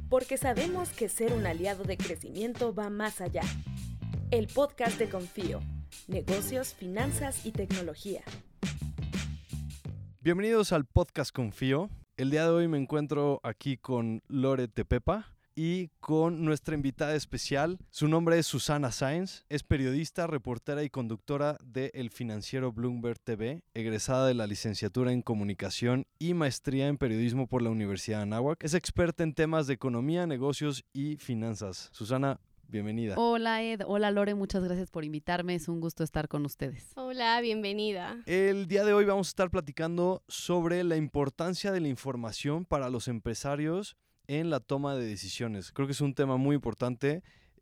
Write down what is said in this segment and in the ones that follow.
porque sabemos que ser un aliado de crecimiento va más allá. El podcast de Confío, negocios, finanzas y tecnología. Bienvenidos al podcast Confío. El día de hoy me encuentro aquí con Lore Tepepa y con nuestra invitada especial. Su nombre es Susana Sáenz, es periodista, reportera y conductora de El Financiero Bloomberg TV, egresada de la licenciatura en Comunicación y maestría en Periodismo por la Universidad de Anáhuac. Es experta en temas de economía, negocios y finanzas. Susana, bienvenida. Hola Ed, hola Lore, muchas gracias por invitarme, es un gusto estar con ustedes. Hola, bienvenida. El día de hoy vamos a estar platicando sobre la importancia de la información para los empresarios en la toma de decisiones. Creo que es un tema muy importante,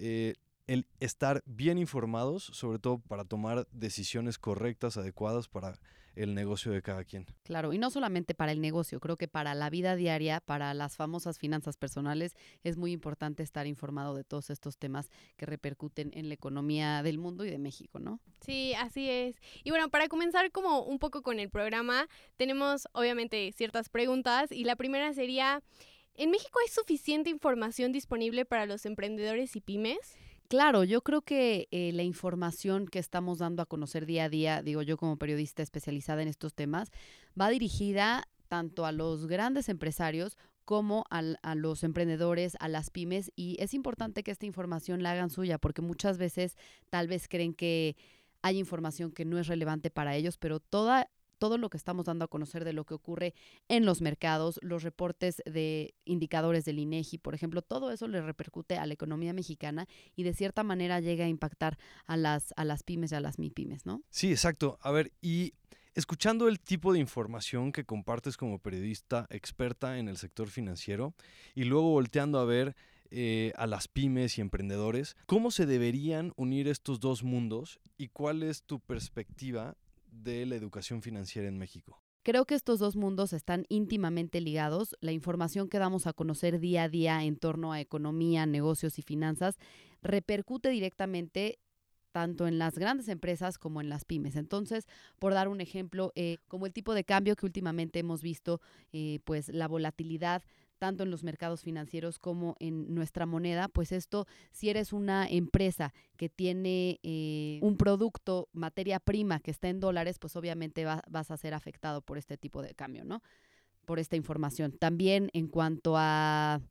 el estar bien informados, sobre todo para tomar decisiones correctas, adecuadas para el negocio de cada quien. Claro, y no solamente para el negocio, creo que para la vida diaria, para las famosas finanzas personales, es muy importante estar informado de todos estos temas que repercuten en la economía del mundo y de México, ¿no? Sí, así es. Y bueno, para comenzar como un poco con el programa, tenemos obviamente ciertas preguntas y la primera sería, ¿en México hay suficiente información disponible para los emprendedores y pymes? Claro, yo creo que la información que estamos dando a conocer día a día, digo yo como periodista especializada en estos temas, va dirigida tanto a los grandes empresarios como a los emprendedores, a las pymes, y es importante que esta información la hagan suya, porque muchas veces tal vez creen que hay información que no es relevante para ellos, pero todo lo que estamos dando a conocer de lo que ocurre en los mercados, los reportes de indicadores del INEGI, por ejemplo, todo eso le repercute a la economía mexicana y de cierta manera llega a impactar a las pymes y a las MIPYMES, ¿no? Sí, exacto. A ver, y escuchando el tipo de información que compartes como periodista experta en el sector financiero y luego volteando a ver a las pymes y emprendedores, ¿cómo se deberían unir estos dos mundos y cuál es tu perspectiva de la educación financiera en México? Creo que estos dos mundos están íntimamente ligados. La información que damos a conocer día a día en torno a economía, negocios y finanzas repercute directamente tanto en las grandes empresas como en las pymes. Entonces, por dar un ejemplo, como el tipo de cambio que últimamente hemos visto, pues la volatilidad tanto en los mercados financieros como en nuestra moneda, pues esto, si eres una empresa que tiene un producto, materia prima que está en dólares, pues obviamente vas a ser afectado por este tipo de cambio, ¿no? Por esta información. También en cuanto a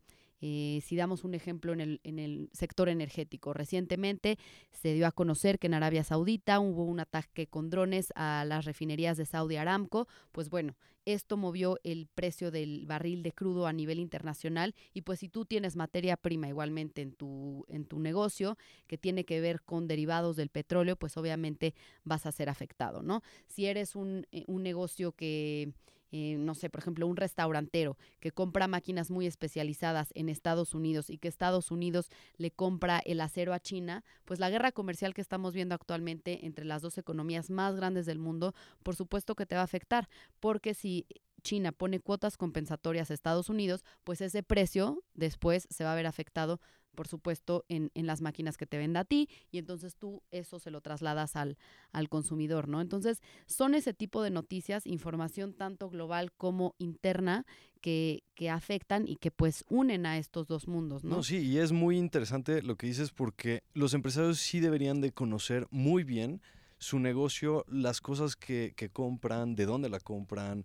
si damos un ejemplo en el sector energético, recientemente se dio a conocer que en Arabia Saudita hubo un ataque con drones a las refinerías de Saudi Aramco. Pues bueno, esto movió el precio del barril de crudo a nivel internacional y pues si tú tienes materia prima igualmente en tu negocio que tiene que ver con derivados del petróleo, pues obviamente vas a ser afectado, ¿no? Si eres un negocio que no sé, por ejemplo, un restaurantero que compra máquinas muy especializadas en Estados Unidos y que Estados Unidos le compra el acero a China, pues la guerra comercial que estamos viendo actualmente entre las dos economías más grandes del mundo, por supuesto que te va a afectar, porque si China pone cuotas compensatorias a Estados Unidos, pues ese precio después se va a ver afectado, por supuesto, en las máquinas que te venda a ti y entonces tú eso se lo trasladas al consumidor, ¿no? Entonces, son ese tipo de noticias, información tanto global como interna que afectan y que pues unen a estos dos mundos, ¿no? No, sí, y es muy interesante lo que dices porque los empresarios sí deberían de conocer muy bien su negocio, las cosas que compran, de dónde la compran,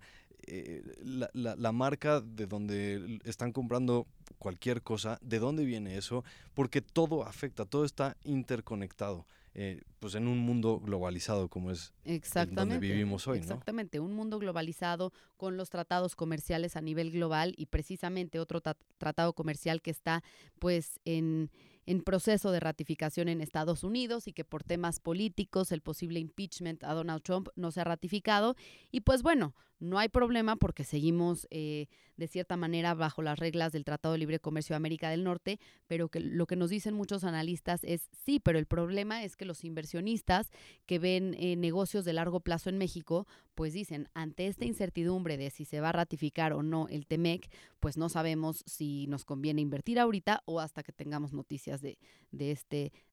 la marca de donde están comprando cualquier cosa, de dónde viene eso, porque todo afecta, todo está interconectado, pues en un mundo globalizado como es donde vivimos hoy, ¿no? Exactamente, un mundo globalizado con los tratados comerciales a nivel global y precisamente otro tratado comercial que está pues en proceso de ratificación en Estados Unidos y que por temas políticos, el posible impeachment a Donald Trump no se ha ratificado. Y pues bueno, no hay problema porque seguimos de cierta manera bajo las reglas del Tratado de Libre Comercio de América del Norte, pero que lo que nos dicen muchos analistas es sí, pero el problema es que los inversionistas que ven negocios de largo plazo en México, pues dicen, ante esta incertidumbre de si se va a ratificar o no el TEMEC, pues no sabemos si nos conviene invertir ahorita o hasta que tengamos noticias de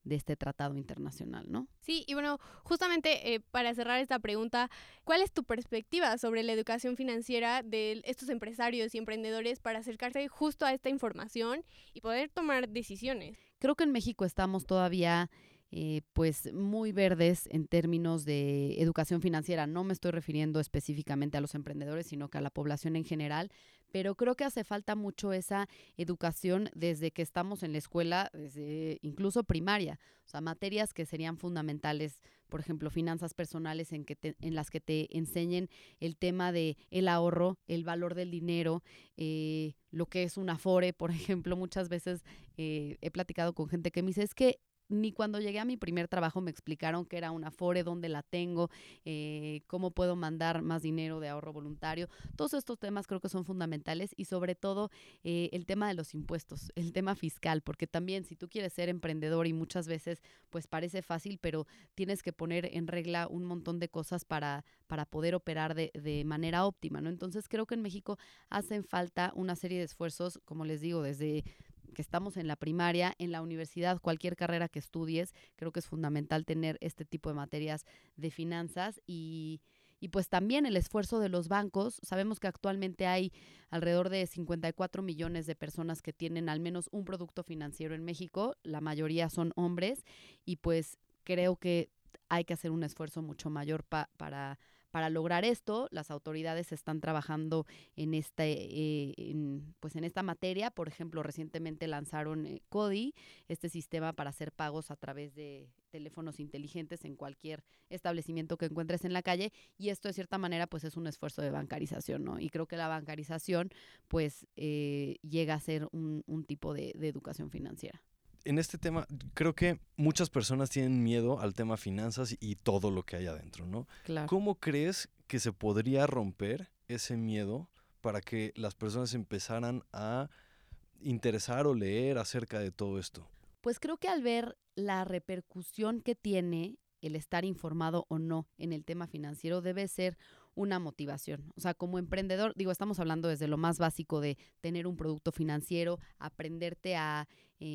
de este tratado internacional, ¿no? Sí, y bueno, justamente para cerrar esta pregunta, ¿cuál es tu perspectiva sobre la educación financiera de estos empresarios y emprendedores para acercarse justo a esta información y poder tomar decisiones? Creo que en México estamos todavía pues muy verdes en términos de educación financiera. No me estoy refiriendo específicamente a los emprendedores, sino que a la población en general, pero creo que hace falta mucho esa educación desde que estamos en la escuela, desde incluso primaria. O sea, materias que serían fundamentales, por ejemplo, finanzas personales en las que te enseñen el tema de el ahorro, el valor del dinero, lo que es un Afore, por ejemplo. Muchas veces he platicado con gente que me dice, es que ni cuando llegué a mi primer trabajo me explicaron qué era una Afore, dónde la tengo, cómo puedo mandar más dinero de ahorro voluntario. Todos estos temas creo que son fundamentales y sobre todo el tema de los impuestos, el tema fiscal, porque también si tú quieres ser emprendedor y muchas veces pues parece fácil, pero tienes que poner en regla un montón de cosas para poder operar de manera óptima, ¿no? Entonces creo que en México hacen falta una serie de esfuerzos, como les digo, desde que estamos en la primaria, en la universidad, cualquier carrera que estudies, creo que es fundamental tener este tipo de materias de finanzas y pues también el esfuerzo de los bancos. Sabemos que actualmente hay alrededor de 54 millones de personas que tienen al menos un producto financiero en México, la mayoría son hombres y pues creo que hay que hacer un esfuerzo mucho mayor para lograr esto. Las autoridades están trabajando en en esta materia. Por ejemplo, recientemente lanzaron CODI, este sistema para hacer pagos a través de teléfonos inteligentes en cualquier establecimiento que encuentres en la calle, y esto de cierta manera pues es un esfuerzo de bancarización, ¿no? Y creo que la bancarización pues llega a ser un tipo de educación financiera. En este tema, creo que muchas personas tienen miedo al tema finanzas y todo lo que hay adentro, ¿no? Claro. ¿Cómo crees que se podría romper ese miedo para que las personas empezaran a interesar o leer acerca de todo esto? Pues creo que al ver la repercusión que tiene el estar informado o no en el tema financiero debe ser una motivación. O sea, como emprendedor, digo, estamos hablando desde lo más básico de tener un producto financiero, aprenderte a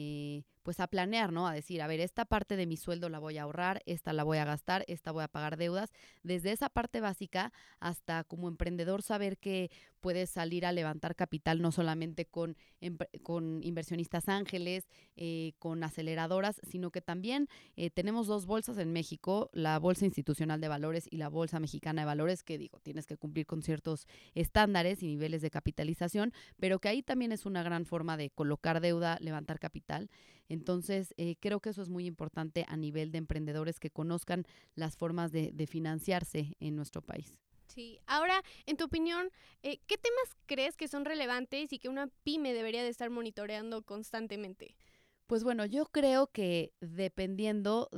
pues a planear, ¿no? A decir, a ver, esta parte de mi sueldo la voy a ahorrar, esta la voy a gastar, esta voy a pagar deudas. Desde esa parte básica hasta como emprendedor saber que puedes salir a levantar capital no solamente con inversionistas ángeles, con aceleradoras, sino que también tenemos dos bolsas en México, la Bolsa Institucional de Valores y la Bolsa Mexicana de Valores, que digo, tienes que cumplir con ciertos estándares y niveles de capitalización, pero que ahí también es una gran forma de colocar deuda, levantar capital. Entonces, creo que eso es muy importante a nivel de emprendedores que conozcan las formas de financiarse en nuestro país. Sí, ahora, en tu opinión, ¿qué temas crees que son relevantes y que una pyme debería de estar monitoreando constantemente? Pues bueno, yo creo que dependiendo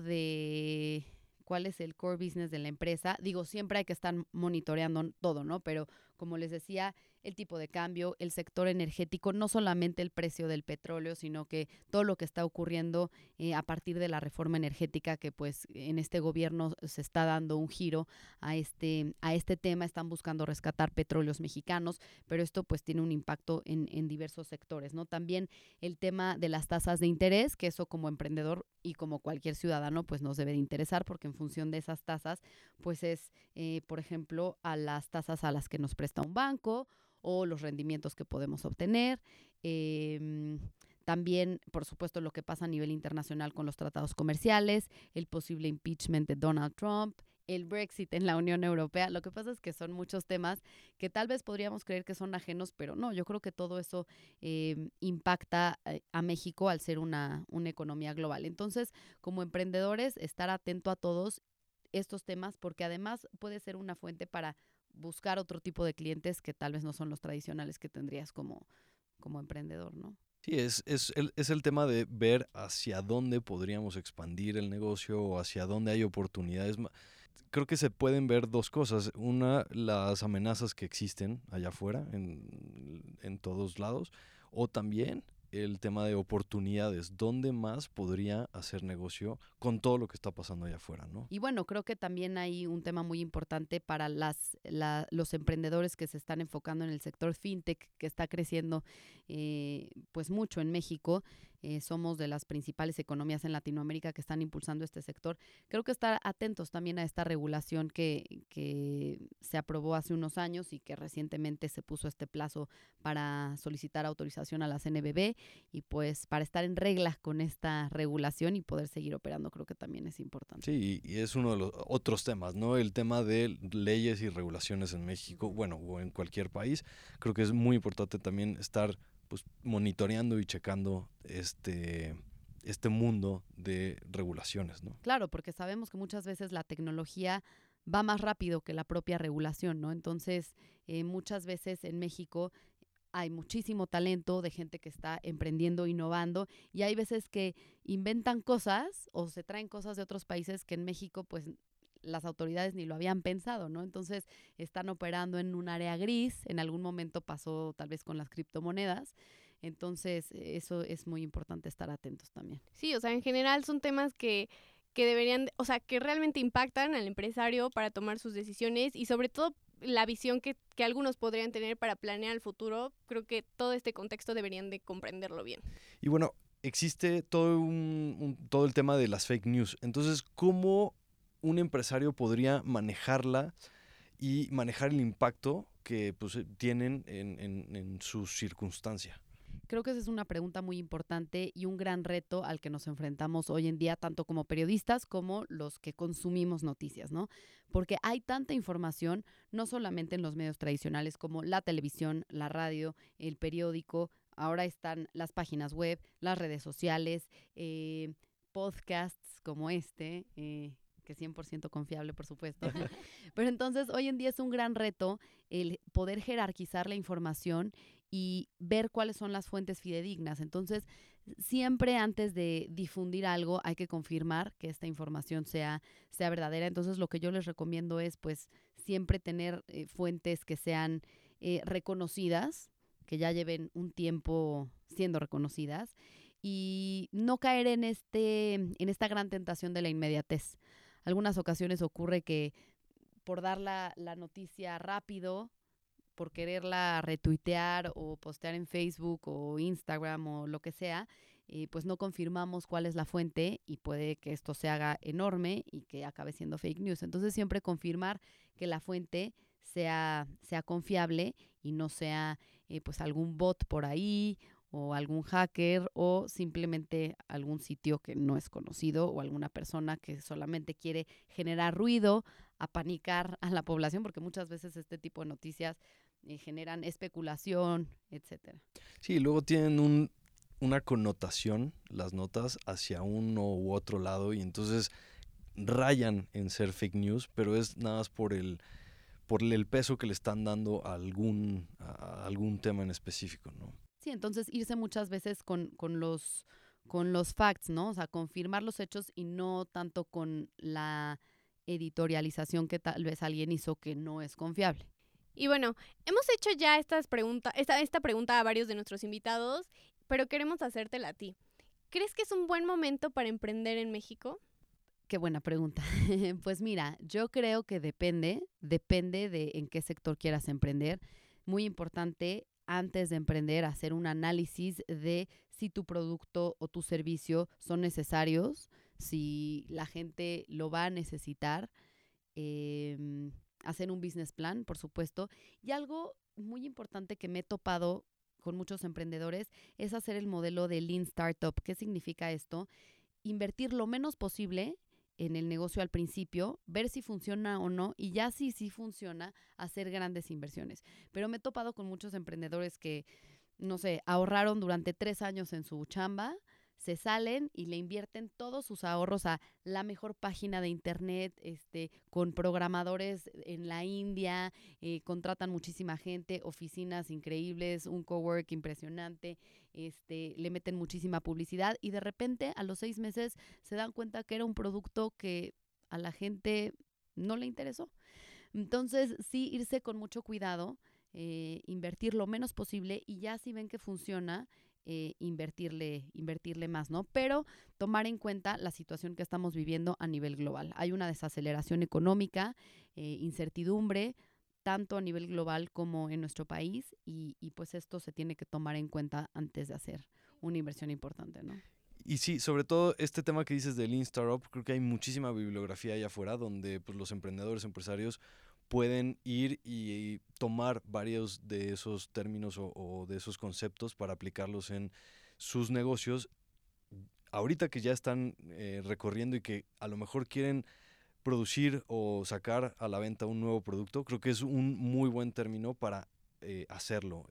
de cuál es el core business de la empresa, digo, siempre hay que estar monitoreando todo, ¿no? Pero como les decía, el tipo de cambio, el sector energético, no solamente el precio del petróleo, sino que todo lo que está ocurriendo a partir de la reforma energética, que pues en este gobierno se está dando un giro a este tema. Están buscando rescatar petróleos mexicanos, pero esto pues tiene un impacto en diversos sectores, ¿no? También el tema de las tasas de interés, que eso como emprendedor y como cualquier ciudadano pues nos debe de interesar, porque en función de esas tasas pues es, por ejemplo, a las tasas a las que nos presta un banco o los rendimientos que podemos obtener. También, por supuesto, lo que pasa a nivel internacional con los tratados comerciales, el posible impeachment de Donald Trump, el Brexit en la Unión Europea. Lo que pasa es que son muchos temas que tal vez podríamos creer que son ajenos, pero no, yo creo que todo eso impacta a México al ser una economía global. Entonces, como emprendedores, estar atento a todos estos temas, porque además puede ser una fuente para buscar otro tipo de clientes que tal vez no son los tradicionales que tendrías como emprendedor, ¿no? Sí, es el tema de ver hacia dónde podríamos expandir el negocio o hacia dónde hay oportunidades. Creo que se pueden ver dos cosas. Una, las amenazas que existen allá afuera, en todos lados, o también el tema de oportunidades, dónde más podría hacer negocio con todo lo que está pasando allá afuera, ¿no? Y bueno, creo que también hay un tema muy importante para los emprendedores que se están enfocando en el sector fintech, que está creciendo pues mucho en México. somos de las principales economías en Latinoamérica que están impulsando este sector. Creo que estar atentos también a esta regulación que se aprobó hace unos años y que recientemente se puso este plazo para solicitar autorización a la CNBV y pues para estar en regla con esta regulación y poder seguir operando, creo que también es importante. Sí, y es uno de los otros temas, ¿no? El tema de leyes y regulaciones en México, bueno, o en cualquier país. Creo que es muy importante también estar pues monitoreando y checando este mundo de regulaciones, ¿no? Claro, porque sabemos que muchas veces la tecnología va más rápido que la propia regulación, ¿no? Entonces, muchas veces en México hay muchísimo talento de gente que está emprendiendo, innovando, y hay veces que inventan cosas o se traen cosas de otros países que en México, pues, las autoridades ni lo habían pensado, ¿no? Entonces, están operando en un área gris. En algún momento pasó tal vez con las criptomonedas. Entonces, eso es muy importante estar atentos también. Sí, o sea, en general son temas que deberían, o sea, que realmente impactan al empresario para tomar sus decisiones y sobre todo la visión que algunos podrían tener para planear el futuro. Creo que todo este contexto deberían de comprenderlo bien. Y bueno, existe todo todo el tema de las fake news. Entonces, ¿cómo un empresario podría manejarla y manejar el impacto que pues, tienen en su circunstancia? Creo que esa es una pregunta muy importante y un gran reto al que nos enfrentamos hoy en día, tanto como periodistas como los que consumimos noticias, ¿no? Porque hay tanta información, no solamente en los medios tradicionales como la televisión, la radio, el periódico, ahora están las páginas web, las redes sociales, podcasts como que es 100% confiable, por supuesto. Pero entonces, hoy en día es un gran reto el poder jerarquizar la información y ver cuáles son las fuentes fidedignas. Entonces, siempre antes de difundir algo hay que confirmar que esta información sea verdadera. Entonces, lo que yo les recomiendo es, pues, siempre tener fuentes que sean reconocidas, que ya lleven un tiempo siendo reconocidas, y no caer en esta gran tentación de la inmediatez. Algunas ocasiones ocurre que por dar la noticia rápido, por quererla retuitear o postear en Facebook o Instagram o lo que sea, pues no confirmamos cuál es la fuente y puede que esto se haga enorme y que acabe siendo fake news. Entonces siempre confirmar que la fuente sea confiable y no sea pues algún bot por ahí o algún hacker o simplemente algún sitio que no es conocido o alguna persona que solamente quiere generar ruido, apanicar a la población, porque muchas veces este tipo de noticias generan especulación, etcétera. Sí, luego tienen una connotación las notas hacia uno u otro lado y entonces rayan en ser fake news, pero es nada más por el peso que le están dando a algún tema en específico, ¿no? Sí, entonces irse muchas veces con los facts, ¿no? O sea, confirmar los hechos y no tanto con la editorialización que tal vez alguien hizo que no es confiable. Y bueno, hemos hecho ya esta pregunta a varios de nuestros invitados, pero queremos hacértela a ti. ¿Crees que es un buen momento para emprender en México? Qué buena pregunta. Pues mira, yo creo que depende de en qué sector quieras emprender. Muy importante antes de emprender hacer un análisis de si tu producto o tu servicio son necesarios, si la gente lo va a necesitar, hacer un business plan, por supuesto. Y algo muy importante que me he topado con muchos emprendedores es hacer el modelo de Lean Startup. ¿Qué significa esto? Invertir lo menos posible en el negocio al principio, ver si funciona o no, y ya si sí funciona, hacer grandes inversiones. Pero me he topado con muchos emprendedores que, no sé, ahorraron durante 3 años en su chamba, se salen y le invierten todos sus ahorros a la mejor página de internet, con programadores en la India, contratan muchísima gente, oficinas increíbles, un cowork impresionante, le meten muchísima publicidad y de repente a los 6 meses se dan cuenta que era un producto que a la gente no le interesó. Entonces, sí, irse con mucho cuidado, invertir lo menos posible y ya si ven que funciona, invertirle más, ¿no? Pero tomar en cuenta la situación que estamos viviendo a nivel global. Hay una desaceleración económica, incertidumbre, tanto a nivel global como en nuestro país y pues esto se tiene que tomar en cuenta antes de hacer una inversión importante, ¿no? Y sí, sobre todo este tema que dices del Lean Startup, creo que hay muchísima bibliografía allá afuera donde pues, los emprendedores, empresarios pueden ir y tomar varios de esos términos o de esos conceptos para aplicarlos en sus negocios. Ahorita que ya están recorriendo y que a lo mejor quieren producir o sacar a la venta un nuevo producto, creo que es un muy buen término para hacerlo.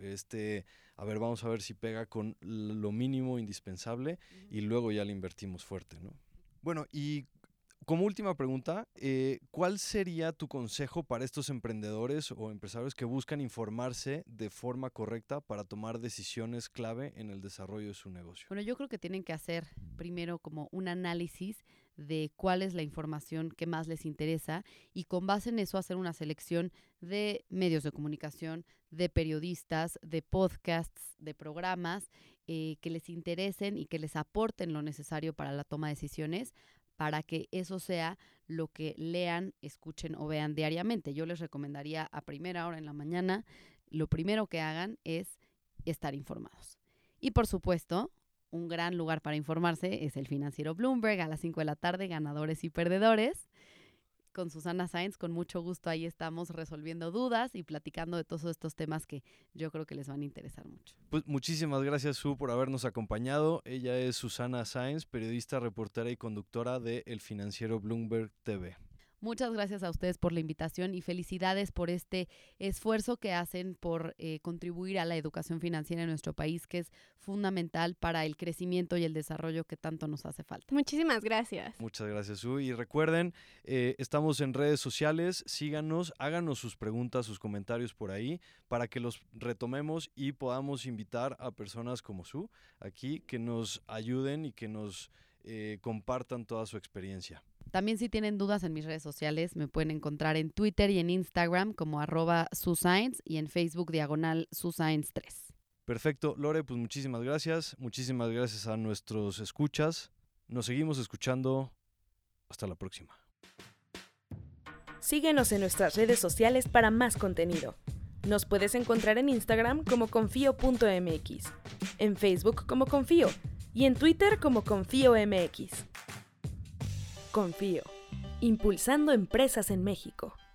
A ver, vamos a ver si pega con lo mínimo indispensable y luego ya le invertimos fuerte, ¿no? Bueno, y como última pregunta, ¿cuál sería tu consejo para estos emprendedores o empresarios que buscan informarse de forma correcta para tomar decisiones clave en el desarrollo de su negocio? Bueno, yo creo que tienen que hacer primero como un análisis de cuál es la información que más les interesa y con base en eso hacer una selección de medios de comunicación, de periodistas, de podcasts, de programas que les interesen y que les aporten lo necesario para la toma de decisiones, para que eso sea lo que lean, escuchen o vean diariamente. Yo les recomendaría a primera hora en la mañana, lo primero que hagan es estar informados. Y por supuesto, un gran lugar para informarse es el Financiero Bloomberg a las 5 de la tarde, Ganadores y Perdedores. Con Susana Sáenz, con mucho gusto ahí estamos resolviendo dudas y platicando de todos estos temas que yo creo que les van a interesar mucho. Pues muchísimas gracias, Su, por habernos acompañado. Ella es Susana Sáenz, periodista, reportera y conductora de El Financiero Bloomberg TV. Muchas gracias a ustedes por la invitación y felicidades por este esfuerzo que hacen por contribuir a la educación financiera en nuestro país, que es fundamental para el crecimiento y el desarrollo que tanto nos hace falta. Muchísimas gracias. Muchas gracias, Su. Y recuerden, estamos en redes sociales, síganos, háganos sus preguntas, sus comentarios por ahí, para que los retomemos y podamos invitar a personas como Su aquí que nos ayuden y que nos compartan toda su experiencia. También si tienen dudas en mis redes sociales, me pueden encontrar en Twitter y en Instagram como @suscience y en Facebook /suscience3. Perfecto, Lore, pues muchísimas gracias a nuestros escuchas. Nos seguimos escuchando. Hasta la próxima. Síguenos en nuestras redes sociales para más contenido. Nos puedes encontrar en Instagram como confio.mx, en Facebook como Confío y en Twitter como ConfíoMX. Confío, impulsando empresas en México.